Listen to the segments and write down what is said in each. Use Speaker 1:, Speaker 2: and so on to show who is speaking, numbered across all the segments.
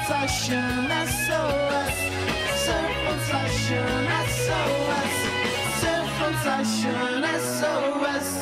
Speaker 1: Session SOS, Surf Session SOS, Surf Session SOS.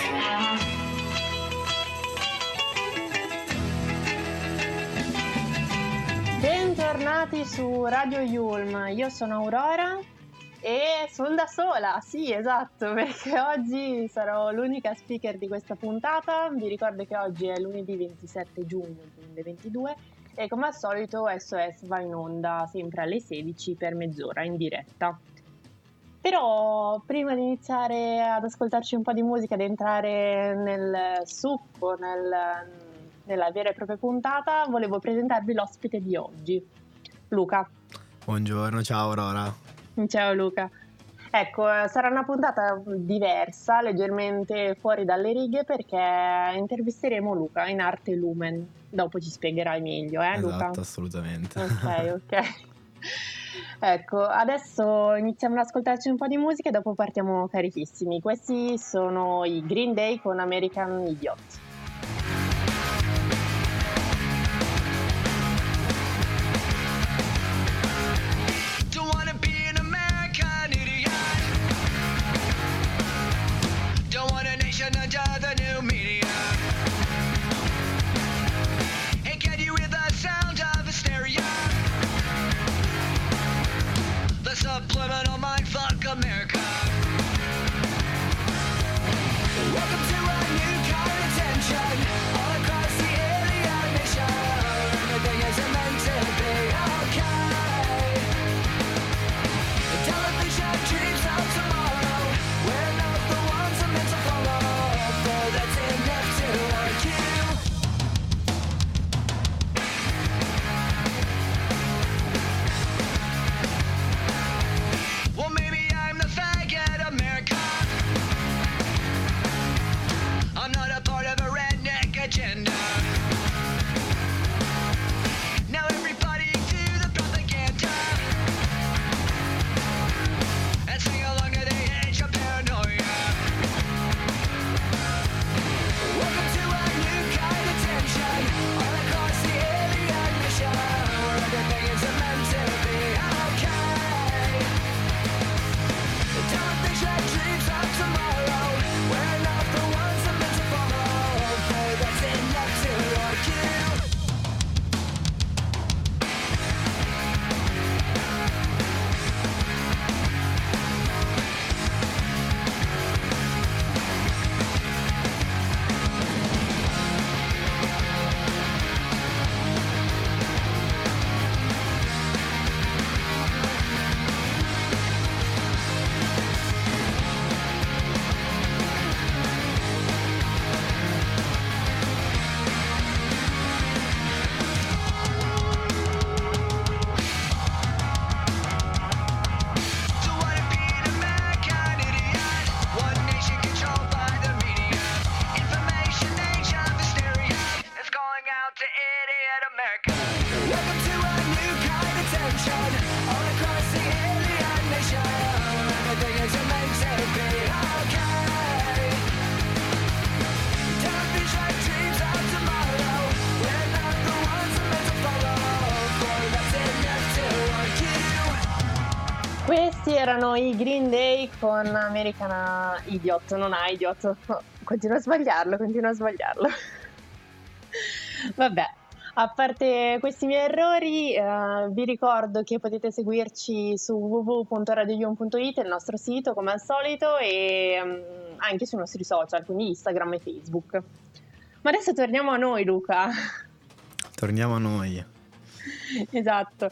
Speaker 2: Bentornati su Radio Yulm, io sono Aurora e sono da sola, sì esatto, perché oggi sarò l'unica speaker di questa puntata. Vi ricordo che oggi è lunedì 27 giugno 2022 e come al solito SOS va in onda sempre alle 16 per mezz'ora in diretta. Però prima di iniziare ad ascoltarci un po' di musica, ad entrare nel succo, nella vera e propria puntata, volevo presentarvi l'ospite di oggi, Luca.
Speaker 3: Buongiorno, ciao Aurora.
Speaker 2: Ciao Luca. Ecco, sarà una puntata diversa, leggermente fuori dalle righe, perché intervisteremo Luca in arte Lumen. Dopo ci spiegherai meglio, Luca?
Speaker 3: Esatto, assolutamente.
Speaker 2: Ok. Ecco, adesso iniziamo ad ascoltarci un po' di musica e dopo partiamo carichissimi. Questi sono i Green Day con American Idiot.
Speaker 1: Subliminal mindfuck America. Welcome to a new kind of tension all across the alien nation. Everything isn't meant to be okay. The television dreams of tomorrow. We're not the ones I'm meant to follow, but that's enough to argue. Well, maybe I'm the faggot America. I'm not a part of a redneck agenda. Now everybody do the propaganda and sing along to the edge of paranoia. Welcome to a new kind of tension all across the alien mission, where everything is meant to be okay. The television dreams of tomorrow. We're not the ones I'm meant to follow, but that's enough to argue. So what if being an American idiot? One nation controlled by the media. Information age of hysteria is calling out to idiot America. Welcome to a new kind of tension all across the alien nation. Everything is meant to be okay. Television dreams of tomorrow. We're not the ones I'm meant to follow, but that's enough to argue.
Speaker 2: Questi erano i Green Day con American Idiot, non Idiot. Continuo a sbagliarlo. Vabbè, a parte questi miei errori, vi ricordo che potete seguirci su www.radioyulm.it, il nostro sito come al solito, e anche sui nostri social, quindi Instagram e Facebook. Ma adesso torniamo a noi, Luca.
Speaker 3: Torniamo a noi.
Speaker 2: Esatto.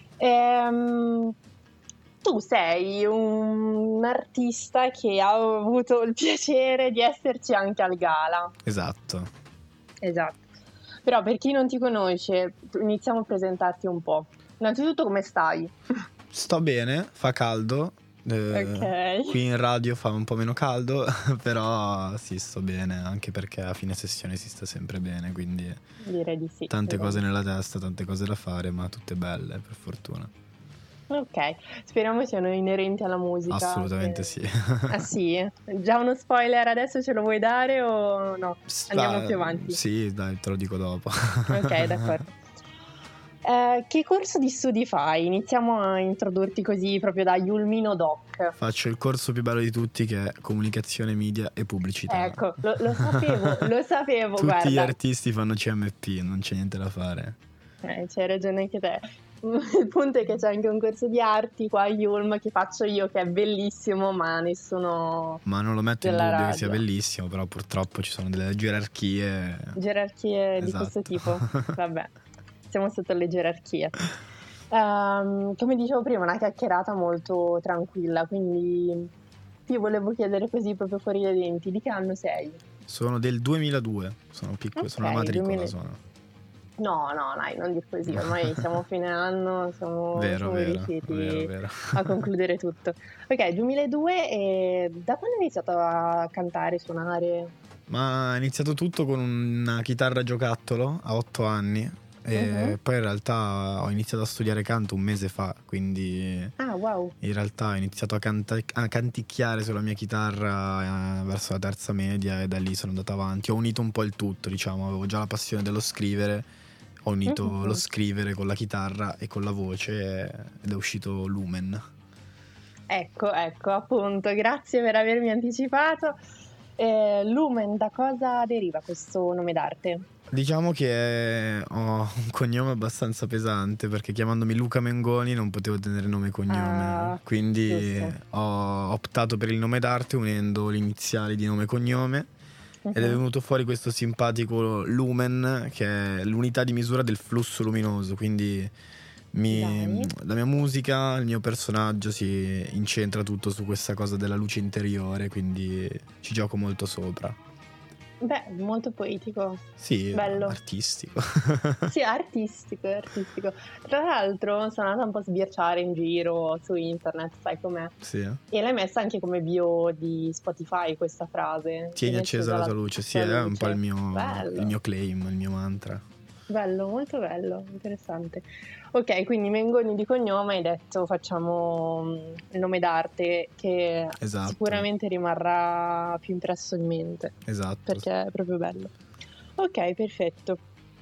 Speaker 2: Tu sei un artista che ha avuto il piacere di esserci anche al gala.
Speaker 3: Esatto.
Speaker 2: Però per chi non ti conosce, iniziamo a presentarti un po'. Innanzitutto come stai?
Speaker 3: Sto bene, fa caldo.
Speaker 2: Ok.
Speaker 3: Qui in radio fa un po' meno caldo, però sì, sto bene, anche perché a fine sessione si sta sempre bene, quindi
Speaker 2: Direi di sì.
Speaker 3: tante
Speaker 2: esatto.
Speaker 3: cose nella testa, tante cose da fare, ma tutte belle, per fortuna.
Speaker 2: Ok, speriamo siano inerenti alla musica.
Speaker 3: Assolutamente sì.
Speaker 2: Ah sì? Già uno spoiler adesso ce lo vuoi dare o no? Andiamo più avanti.
Speaker 3: Sì, dai, te lo dico dopo.
Speaker 2: Ok, d'accordo. Che corso di studi fai? Iniziamo a introdurti così proprio da Yulmino Doc.
Speaker 3: Faccio il corso più bello di tutti, che è comunicazione, media e pubblicità.
Speaker 2: Ecco, lo sapevo,
Speaker 3: Tutti
Speaker 2: guarda.
Speaker 3: gli artisti fanno CMP, non c'è niente da fare.
Speaker 2: C'hai ragione anche te. Il punto è che c'è anche un corso di arti qua a Yulm che faccio io, che è bellissimo, ma nessuno...
Speaker 3: Ma non lo metto in
Speaker 2: Della
Speaker 3: dubbio che
Speaker 2: radio.
Speaker 3: sia bellissimo, però purtroppo ci sono delle gerarchie.
Speaker 2: Gerarchie di
Speaker 3: Esatto.
Speaker 2: questo tipo. Vabbè, siamo sotto le gerarchie. Come dicevo prima, una chiacchierata molto tranquilla, quindi io volevo chiedere così proprio fuori dai denti, di che anno sei?
Speaker 3: Sono del 2002, sono piccolo, sono
Speaker 2: Ok,
Speaker 3: la matricola.
Speaker 2: 2000.
Speaker 3: Sono.
Speaker 2: No, dai, non dir così, ormai siamo a fine anno, siamo riusciti
Speaker 3: vero.
Speaker 2: a concludere tutto. Ok, 2002, e da quando hai iniziato a cantare, suonare?
Speaker 3: Ma è iniziato tutto con una chitarra giocattolo a 8 anni e poi in realtà ho iniziato a studiare canto un mese fa, quindi
Speaker 2: Ah, wow.
Speaker 3: in realtà ho iniziato a canticchiare sulla mia chitarra verso la terza media e da lì sono andato avanti. Ho unito un po' il tutto, diciamo, avevo già la passione dello scrivere, ho unito lo scrivere con la chitarra e con la voce ed è uscito Lumen.
Speaker 2: Ecco, appunto, grazie per avermi anticipato. Lumen, da cosa deriva questo nome d'arte?
Speaker 3: Diciamo che ho un cognome abbastanza pesante, perché chiamandomi Luca Mengoni non potevo tenere nome e cognome, quindi
Speaker 2: giusto.
Speaker 3: ho optato per il nome d'arte unendo le iniziali di nome e cognome ed è venuto fuori questo simpatico lumen, che è l'unità di misura del flusso luminoso, quindi
Speaker 2: Dai.
Speaker 3: la mia musica, il mio personaggio si incentra tutto su questa cosa della luce interiore, quindi ci gioco molto sopra.
Speaker 2: Beh, molto poetico.
Speaker 3: Sì,
Speaker 2: Bello.
Speaker 3: artistico.
Speaker 2: Sì, artistico. Tra l'altro sono andata un po' a sbirciare in giro su internet, sai com'è?
Speaker 3: Sì.
Speaker 2: E l'hai messa anche come bio di Spotify questa frase.
Speaker 3: Tieni accesa la tua luce, sì, è un po' il
Speaker 2: Bello.
Speaker 3: mio claim, il mio mantra.
Speaker 2: Bello, molto bello, interessante. Ok, quindi Mengoni di cognome, hai detto facciamo il nome d'arte che
Speaker 3: Esatto.
Speaker 2: sicuramente rimarrà più impresso in mente,
Speaker 3: Esatto.
Speaker 2: perché è proprio bello. Ok, perfetto.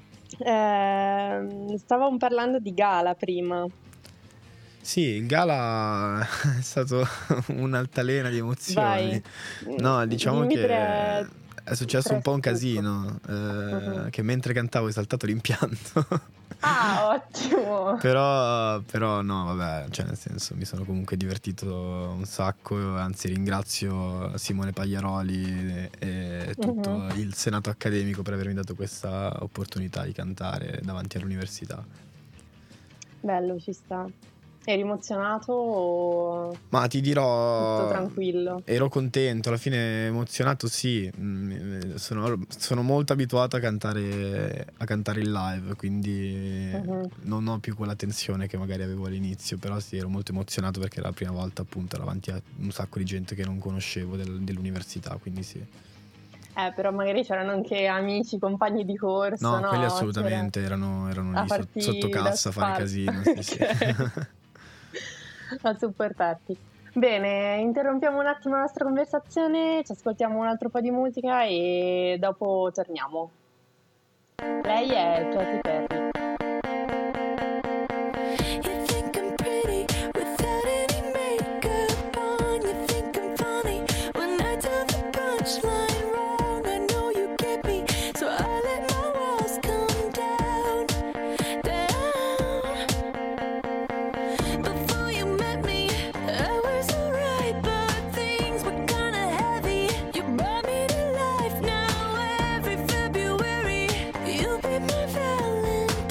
Speaker 2: Stavamo parlando di gala prima.
Speaker 3: Sì, il gala è stato un'altalena di emozioni.
Speaker 2: Vai.
Speaker 3: No, diciamo
Speaker 2: Dimmi
Speaker 3: che è successo un po' un
Speaker 2: scoop.
Speaker 3: casino, che mentre cantavo è saltato l'impianto.
Speaker 2: Ah, ottimo.
Speaker 3: Però no, vabbè, cioè nel senso mi sono comunque divertito un sacco, anzi ringrazio Simone Pagliaroli e tutto il senato accademico per avermi dato questa opportunità di cantare davanti all'università.
Speaker 2: Bello, ci sta. Eri emozionato o
Speaker 3: Ma ti dirò,
Speaker 2: tutto tranquillo?
Speaker 3: ero contento, alla fine emozionato sì. Sono molto abituato a cantare in live, quindi non ho più quella tensione che magari avevo all'inizio, però sì, ero molto emozionato perché era la prima volta appunto davanti a un sacco di gente che non conoscevo dell'università, quindi sì.
Speaker 2: Però magari c'erano anche amici, compagni di corso,
Speaker 3: No, quelli assolutamente erano
Speaker 2: a
Speaker 3: lì
Speaker 2: farti
Speaker 3: sotto
Speaker 2: da
Speaker 3: cassa a fare
Speaker 2: spalla.
Speaker 3: casino, sì, sì.
Speaker 2: Ok. A supportarti. Bene, interrompiamo un attimo la nostra conversazione, ci ascoltiamo un altro po' di musica e dopo torniamo. Lei è Katy Perry.
Speaker 4: You think I'm pretty without any makeup on. You think I'm funny when I tell the punchline wrong. I know you get me, so I let my walls come down, down. Before you met me, I was alright, but things were kinda heavy. You brought me to life now every February. You'll be my Valentine.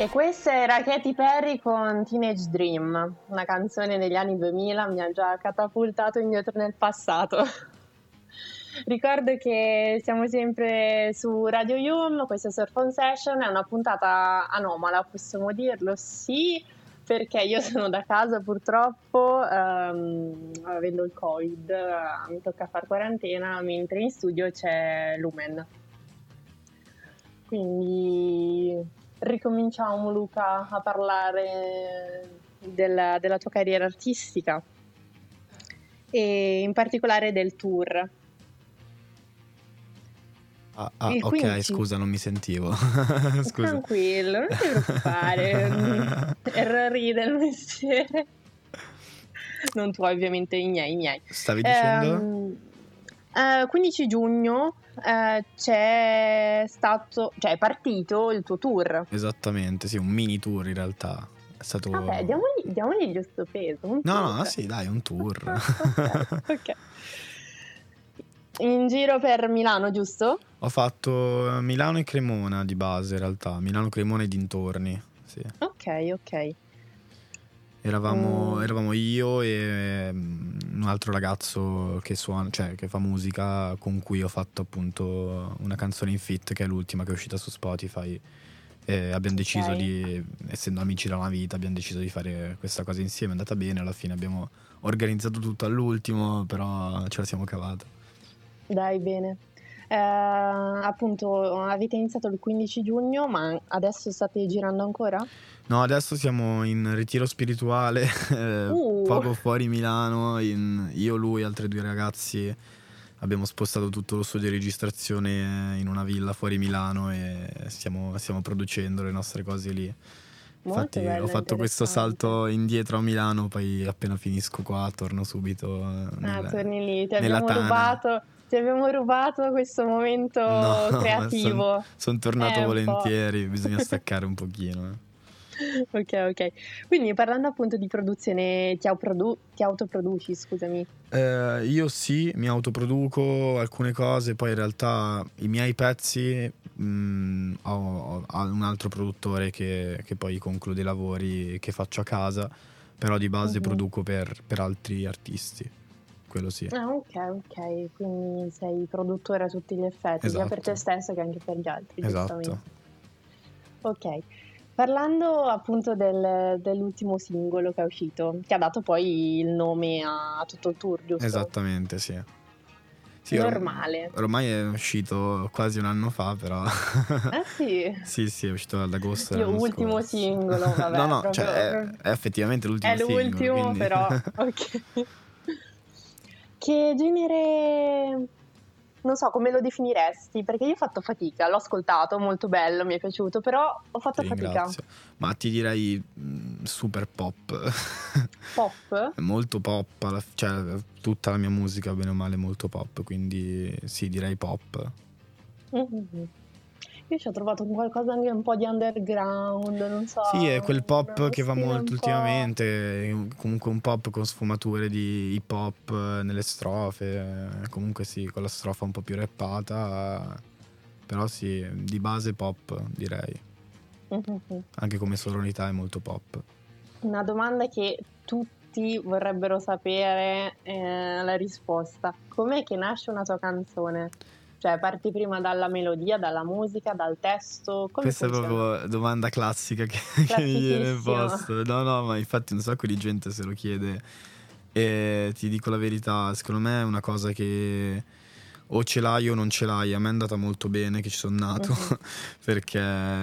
Speaker 2: E questa era Katy Perry con Teenage Dream, una canzone degli anni 2000, mi ha già catapultato indietro nel passato. Ricordo che siamo sempre su Radio Yulm, questa è Surf On Session, è una puntata anomala, possiamo dirlo, sì, perché io sono da casa purtroppo, avendo il Covid, mi tocca fare quarantena, mentre in studio c'è Lumen. Quindi ricominciamo, Luca, a parlare della tua carriera artistica e in particolare del tour.
Speaker 3: Ok,
Speaker 2: 15.
Speaker 3: scusa, non mi sentivo. Scusa.
Speaker 2: Tranquillo, non ti preoccupare. Errori del mestiere. Non tu, ovviamente, i miei.
Speaker 3: Stavi dicendo?
Speaker 2: 15 giugno c'è è partito il tuo tour.
Speaker 3: Esattamente, sì, un mini tour in realtà. È stato...
Speaker 2: Vabbè, diamogli il giusto peso. Un
Speaker 3: No,
Speaker 2: tour.
Speaker 3: sì, dai, un tour.
Speaker 2: Ok. In giro per Milano, giusto?
Speaker 3: Ho fatto Milano e Cremona di base in realtà, Milano, Cremona e dintorni, sì.
Speaker 2: Ok.
Speaker 3: Eravamo io e un altro ragazzo che suona, cioè che fa musica, con cui ho fatto appunto una canzone in feat, che è l'ultima che è uscita su Spotify. E abbiamo deciso di, essendo amici da una vita, abbiamo deciso di fare questa cosa insieme, è andata bene, alla fine abbiamo organizzato tutto all'ultimo, però ce la siamo cavata.
Speaker 2: Dai, bene. Appunto, avete iniziato il 15 giugno, ma adesso state girando ancora?
Speaker 3: No, adesso siamo in ritiro spirituale, poco fuori Milano, io, lui e altri 2 ragazzi abbiamo spostato tutto lo studio di registrazione in una villa fuori Milano e stiamo producendo le nostre cose lì.
Speaker 2: Molto
Speaker 3: Infatti
Speaker 2: bello,
Speaker 3: ho fatto questo
Speaker 2: interessante.
Speaker 3: salto indietro a Milano, poi appena finisco qua torno subito
Speaker 2: Torni lì,
Speaker 3: nella tana.
Speaker 2: ti abbiamo rubato questo momento creativo.
Speaker 3: Sono tornato
Speaker 2: Un po'.
Speaker 3: volentieri, bisogna staccare un pochino.
Speaker 2: Ok. Quindi parlando appunto di produzione, ti autoproduci, scusami.
Speaker 3: Io sì, mi autoproduco alcune cose, poi in realtà i miei pezzi ho un altro produttore che poi conclude i lavori che faccio a casa, però di base produco per altri artisti, quello sì.
Speaker 2: Ah, ok, quindi sei produttore a tutti gli effetti, sia per te
Speaker 3: Esatto.
Speaker 2: stesso che anche per gli altri,
Speaker 3: Esatto.
Speaker 2: giustamente. Ok, parlando appunto dell'ultimo singolo che è uscito, che ha dato poi il nome a tutto il tour, giusto?
Speaker 3: Esattamente, sì. Sì,
Speaker 2: Normale.
Speaker 3: Ormai è uscito quasi un anno fa, però.
Speaker 2: Ah sì?
Speaker 3: Sì, è uscito ad agosto
Speaker 2: Io
Speaker 3: dell'anno
Speaker 2: ultimo
Speaker 3: scorso.
Speaker 2: singolo, vabbè.
Speaker 3: No,
Speaker 2: proprio-
Speaker 3: cioè è effettivamente l'ultimo
Speaker 2: È
Speaker 3: singolo.
Speaker 2: l'ultimo,
Speaker 3: quindi...
Speaker 2: però. Ok. Che genere... Non so come lo definiresti, perché io ho fatto fatica, l'ho ascoltato, molto bello, mi è piaciuto, però ho fatto
Speaker 3: Ti
Speaker 2: fatica.
Speaker 3: ringrazio. Ma ti direi super pop.
Speaker 2: Pop?
Speaker 3: Molto pop, cioè tutta la mia musica bene o male è molto pop, quindi sì, direi pop.
Speaker 2: Mhm. Io ci ho trovato qualcosa anche un po' di underground, non so.
Speaker 3: Sì, è quel pop
Speaker 2: uno
Speaker 3: che va
Speaker 2: stile un
Speaker 3: molto
Speaker 2: po'-
Speaker 3: ultimamente, comunque un pop con sfumature di hip hop nelle strofe, comunque sì, con la strofa un po' più rappata, però sì, di base pop direi,
Speaker 2: Mhm.
Speaker 3: anche come sonorità è molto pop.
Speaker 2: Una domanda che tutti vorrebbero sapere la risposta. Com'è che nasce una tua canzone? Cioè, parti prima dalla melodia, dalla musica, dal testo? Come
Speaker 3: Questa
Speaker 2: funziona?
Speaker 3: è proprio domanda classica che mi viene
Speaker 2: Classicissima.
Speaker 3: posta. No, ma infatti un sacco di gente se lo chiede e ti dico la verità, secondo me è una cosa che o ce l'hai o non ce l'hai. A me è andata molto bene che ci sono nato perché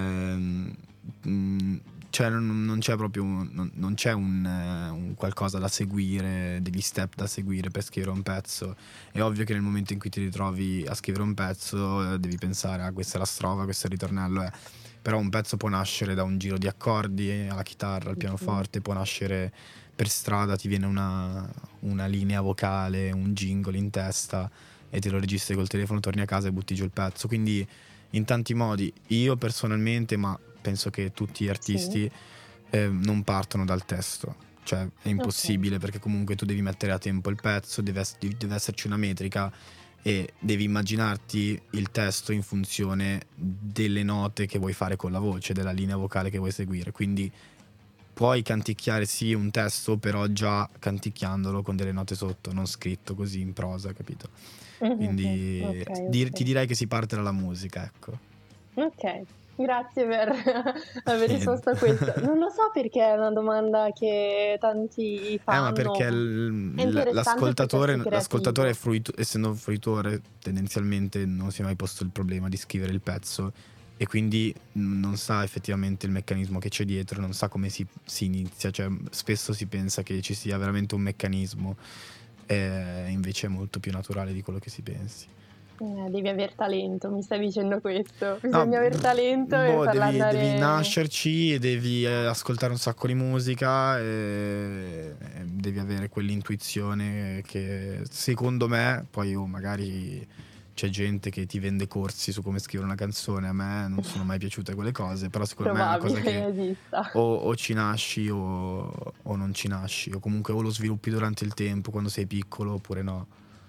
Speaker 3: cioè non c'è proprio non c'è un qualcosa da seguire, degli step da seguire per scrivere un pezzo. È ovvio che nel momento in cui ti ritrovi a scrivere un pezzo devi pensare questa è la strofa, questo è il ritornello, però un pezzo può nascere da un giro di accordi alla chitarra, al pianoforte, può nascere per strada, ti viene una linea vocale, un jingle in testa e te lo registri col telefono, torni a casa e butti giù il pezzo. Quindi in tanti modi, io personalmente, ma penso che tutti gli artisti non partono dal testo, cioè è impossibile perché comunque tu devi mettere a tempo il pezzo, deve esserci una metrica e devi immaginarti il testo in funzione delle note che vuoi fare con la voce, della linea vocale che vuoi seguire, quindi puoi canticchiare sì un testo, però già canticchiandolo con delle note sotto, non scritto così in prosa, capito? Quindi
Speaker 2: Ok.
Speaker 3: ti direi che si parte dalla musica, ecco.
Speaker 2: Ok, grazie per aver risposto a questo. Non lo so perché è una domanda che tanti fanno.
Speaker 3: Ma perché
Speaker 2: È interessante
Speaker 3: l'ascoltatore,
Speaker 2: il processo
Speaker 3: l'ascoltatore
Speaker 2: creativo.
Speaker 3: essendo un fruitore, tendenzialmente non si è mai posto il problema di scrivere il pezzo e quindi non sa effettivamente il meccanismo che c'è dietro, non sa come si inizia, cioè spesso si pensa che ci sia veramente un meccanismo, invece è molto più naturale di quello che si pensi.
Speaker 2: Devi aver talento, mi stai dicendo questo?
Speaker 3: No,
Speaker 2: Bisogna aver talento e farla andare...
Speaker 3: devi nascerci e devi ascoltare un sacco di musica e devi avere quell'intuizione che secondo me, poi magari c'è gente che ti vende corsi su come scrivere una canzone, a me non sono mai piaciute quelle cose, però secondo me è una cosa che
Speaker 2: esista.
Speaker 3: o ci nasci o non ci nasci, o comunque o lo sviluppi durante il tempo quando sei piccolo oppure no.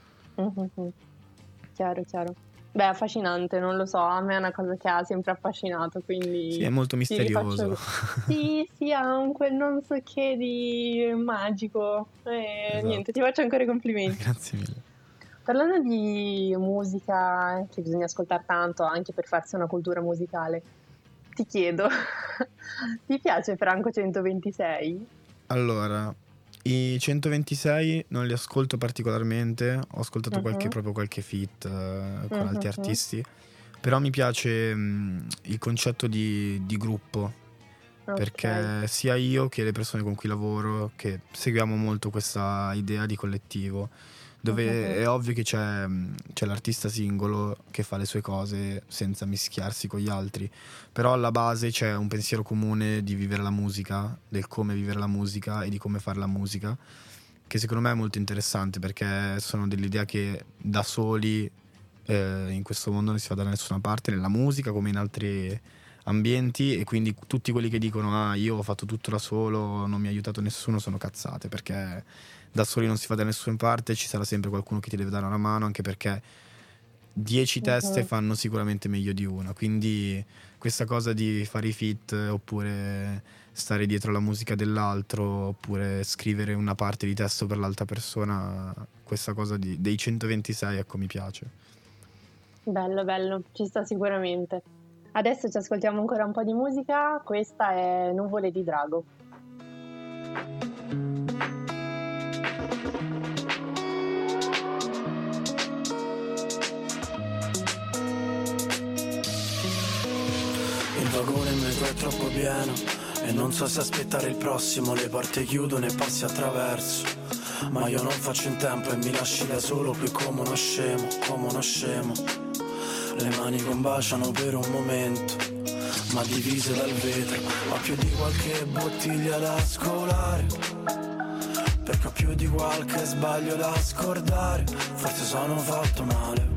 Speaker 2: Chiaro. Beh, affascinante, non lo so, a me è una cosa che ha sempre affascinato, quindi...
Speaker 3: Sì, è molto misterioso.
Speaker 2: Sì, ha un quel non so che di magico.
Speaker 3: Esatto.
Speaker 2: Niente, ti faccio ancora i complimenti.
Speaker 3: Grazie mille.
Speaker 2: Parlando di musica che bisogna ascoltare tanto anche per farsi una cultura musicale, ti chiedo, ti piace Franco 126?
Speaker 3: Allora, i 126 non li ascolto particolarmente, ho ascoltato qualche feat con altri artisti, però mi piace il concetto di gruppo, perché sia io che le persone con cui lavoro che seguiamo molto questa idea di collettivo, dove è ovvio che c'è l'artista singolo che fa le sue cose senza mischiarsi con gli altri, però alla base c'è un pensiero comune di vivere la musica, del come vivere la musica e di come fare la musica, che secondo me è molto interessante, perché sono dell'idea che da soli in questo mondo non si va da nessuna parte, nella musica come in altri ambienti, e quindi tutti quelli che dicono io ho fatto tutto da solo, non mi ha aiutato nessuno, sono cazzate, perché da soli non si va da nessuna parte, ci sarà sempre qualcuno che ti deve dare una mano, anche perché 10 teste fanno sicuramente meglio di una, quindi questa cosa di fare i feat oppure stare dietro la musica dell'altro oppure scrivere una parte di testo per l'altra persona, questa cosa dei 126, ecco, mi piace.
Speaker 2: Bello, ci sta sicuramente. Adesso ci ascoltiamo ancora un po' di musica, questa è Nuvole di Drago.
Speaker 5: Il vagone in metro è troppo pieno e non so se aspettare il prossimo, le porte chiudono e passi attraverso, ma io non faccio in tempo e mi lasci da solo qui come uno scemo. Le mani combaciano per un momento, ma divise dal vetro. Ho più di qualche bottiglia da scolare, perché ho più di qualche sbaglio da scordare. Forse sono fatto male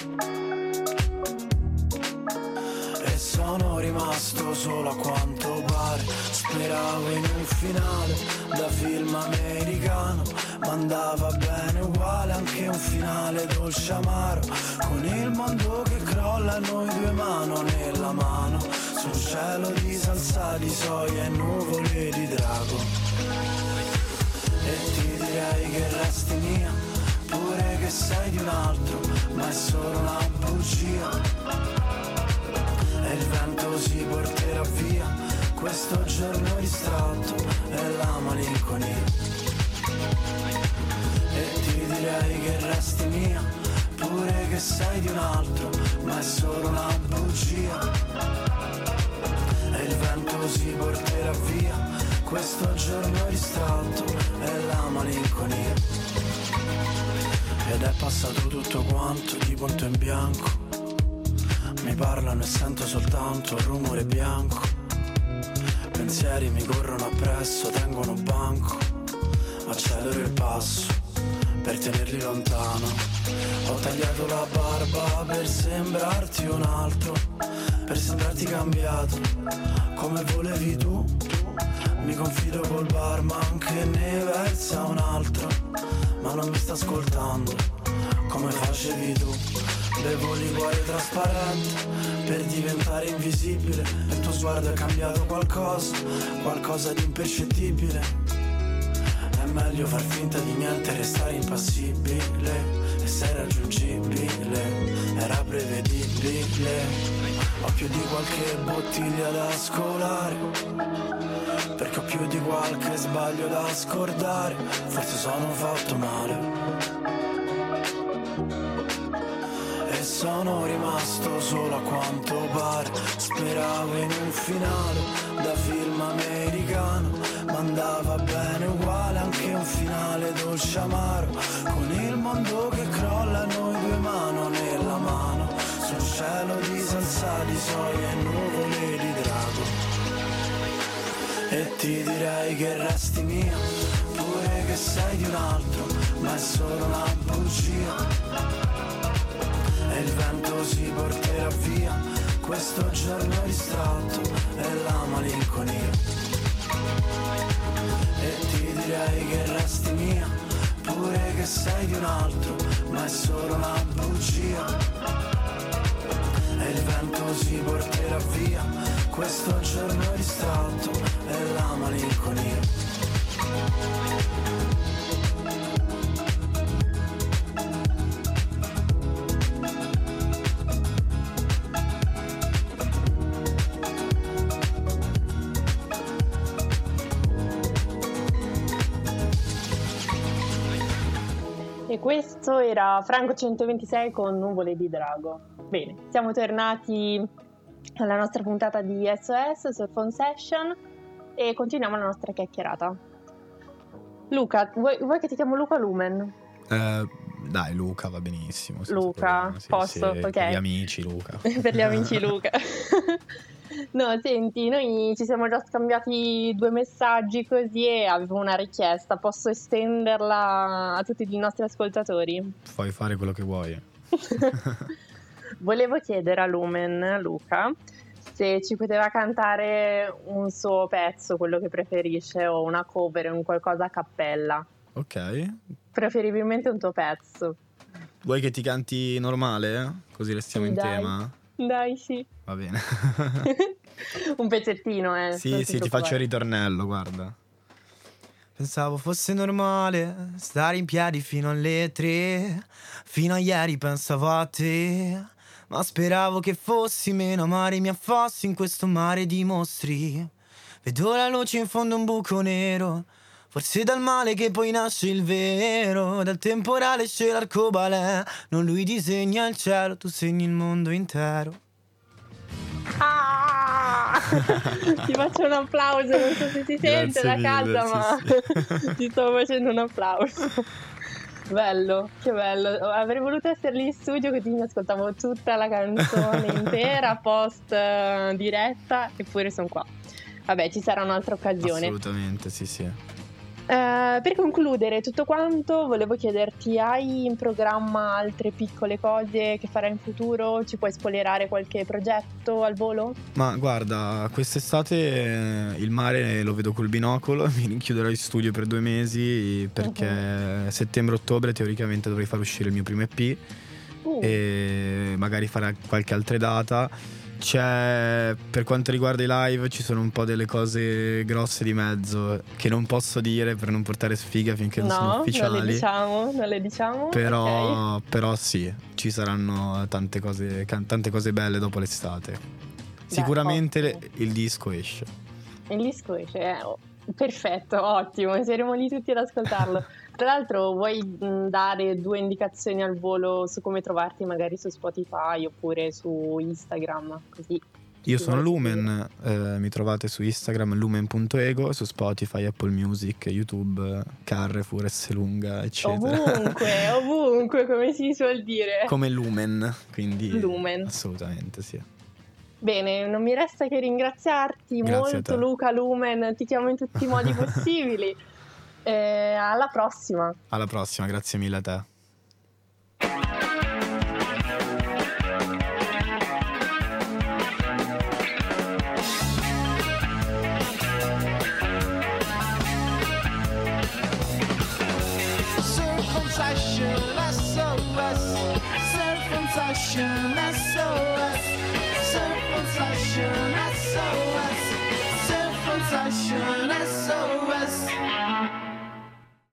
Speaker 5: e sono rimasto solo a quanto pare. Speravo in un finale da film americano, ma andava bene uguale anche un finale dolce amaro, con il mondo che crolla e noi due mano nella mano, su un cielo di salsa di soia e nuvole di drago. E ti direi che resti mia, pure che sei di un altro, ma è solo una bugia. E il vento si porterà via questo giorno distratto e la malinconia. E ti direi che resti mia, pure che sei di un altro, ma è solo una bugia. E il vento si porterà via questo giorno distratto e la malinconia. Ed è passato tutto quanto di punto in bianco, mi parlano e sento soltanto il rumore bianco. Pensieri mi corrono appresso, tengono banco. Accelero il passo per tenerli lontano. Ho tagliato la barba per sembrarti un altro, per sembrarti cambiato come volevi tu. Mi confido col barman che ne versa un altro, ma non mi sta ascoltando come come facevi tu. Bevo liquore trasparente per diventare invisibile, e il tuo sguardo è cambiato qualcosa di impercettibile. È meglio far finta di niente e restare impassibile, e sei raggiungibile, era prevedibile. Ho più di qualche bottiglia da scolare, perché ho più di qualche sbaglio da scordare. Forse sono fatto male e sono rimasto solo a quanto pare. Speravo in un finale da film americano, ma andava bene uguale anche un finale dolce amaro, con il mondo che crolla e noi due mano nella mano, sul cielo di salsa di soia e nuvole di drago. E ti direi che resti mia, pure che sei di un altro, ma è solo una bugia. E il vento si porterà via questo giorno distratto e la malinconia. E ti direi che resti mia, pure che sei di un altro, ma è solo una bugia. E il vento si porterà via questo giorno distratto e la malinconia.
Speaker 2: E questo era Franco 126 con Nuvole di Drago. Bene, siamo tornati alla nostra puntata di SOS Surf on Session e continuiamo la nostra chiacchierata. Luca, vuoi che ti chiamo Luca Lumen?
Speaker 3: Dai, Luca va benissimo.
Speaker 2: Luca,
Speaker 3: problema, sì,
Speaker 2: posso?
Speaker 3: sì,
Speaker 2: Ok.
Speaker 3: Per gli amici Luca.
Speaker 2: Per gli amici Luca. No, senti, noi ci siamo già scambiati 2 messaggi così e avevo una richiesta. Posso estenderla a tutti i nostri ascoltatori?
Speaker 3: Puoi fare quello che vuoi.
Speaker 2: Volevo chiedere a Lumen, Luca, se ci poteva cantare un suo pezzo, quello che preferisce, o una cover, un qualcosa a cappella.
Speaker 3: Ok.
Speaker 2: Preferibilmente un tuo pezzo.
Speaker 3: Vuoi che ti canti normale? Così restiamo
Speaker 2: Sì,
Speaker 3: in
Speaker 2: dai.
Speaker 3: tema?
Speaker 2: Dai, sì.
Speaker 3: Va bene.
Speaker 2: Un pezzettino,
Speaker 3: Sì,
Speaker 2: non
Speaker 3: sì, ti faccio il
Speaker 2: preoccupare.
Speaker 3: ritornello, guarda. Pensavo fosse normale stare in piedi fino alle 3. Fino a ieri pensavo a te, ma speravo che fossi meno amare, mi affossi in questo mare di mostri. Vedo la luce in fondo a un buco nero, forse dal male che poi nasce il vero. Dal temporale esce l'arcobaleno, non lui disegna il cielo, tu segni il mondo intero.
Speaker 2: Ah! Ti faccio un applauso, non so se si sente
Speaker 3: Grazie
Speaker 2: da
Speaker 3: mille,
Speaker 2: casa,
Speaker 3: sì,
Speaker 2: ma ti sto facendo un applauso. Bello, che bello. Avrei voluto essere lì in studio così mi ascoltavo tutta la canzone intera, post diretta, eppure sono qua. Vabbè, ci sarà un'altra occasione.
Speaker 3: Assolutamente, sì, sì.
Speaker 2: Per concludere tutto quanto, volevo chiederti, hai in programma altre piccole cose che farai in futuro? Ci puoi spoilerare qualche progetto al volo?
Speaker 3: Ma guarda, quest'estate il mare lo vedo col binocolo, mi rinchiuderò in studio per 2 mesi perché settembre-ottobre teoricamente dovrei far uscire il mio primo EP e magari fare qualche altra data. C'è, per quanto riguarda i live, ci sono un po' delle cose grosse di mezzo che non posso dire per non portare sfiga finché non sono ufficiali.
Speaker 2: Non le diciamo.
Speaker 3: Però,
Speaker 2: Ok.
Speaker 3: però sì, ci saranno tante cose belle dopo l'estate. Sicuramente
Speaker 2: ottimo.
Speaker 3: il disco esce.
Speaker 2: Il disco esce, perfetto, ottimo, saremo lì tutti ad ascoltarlo. Tra l'altro, vuoi dare 2 indicazioni al volo su come trovarti magari su Spotify oppure su Instagram? Così.
Speaker 3: Io
Speaker 2: chi
Speaker 3: sono
Speaker 2: vuole
Speaker 3: Lumen, mi trovate su Instagram lumen.ego, su Spotify, Apple Music, YouTube, Carrefour, Esselunga, eccetera.
Speaker 2: Ovunque, come si suol dire.
Speaker 3: Come Lumen, quindi
Speaker 2: Lumen.
Speaker 3: assolutamente sì.
Speaker 2: Bene, non mi resta che ringraziarti
Speaker 3: Grazie a
Speaker 2: molto,
Speaker 3: te.
Speaker 2: Luca Lumen, ti chiamo in tutti i modi possibili. Alla prossima.
Speaker 3: Alla prossima, grazie mille a te.
Speaker 5: Surf on Session, SOS. Session SOS, Surf Session SOS, Surf Session SOS.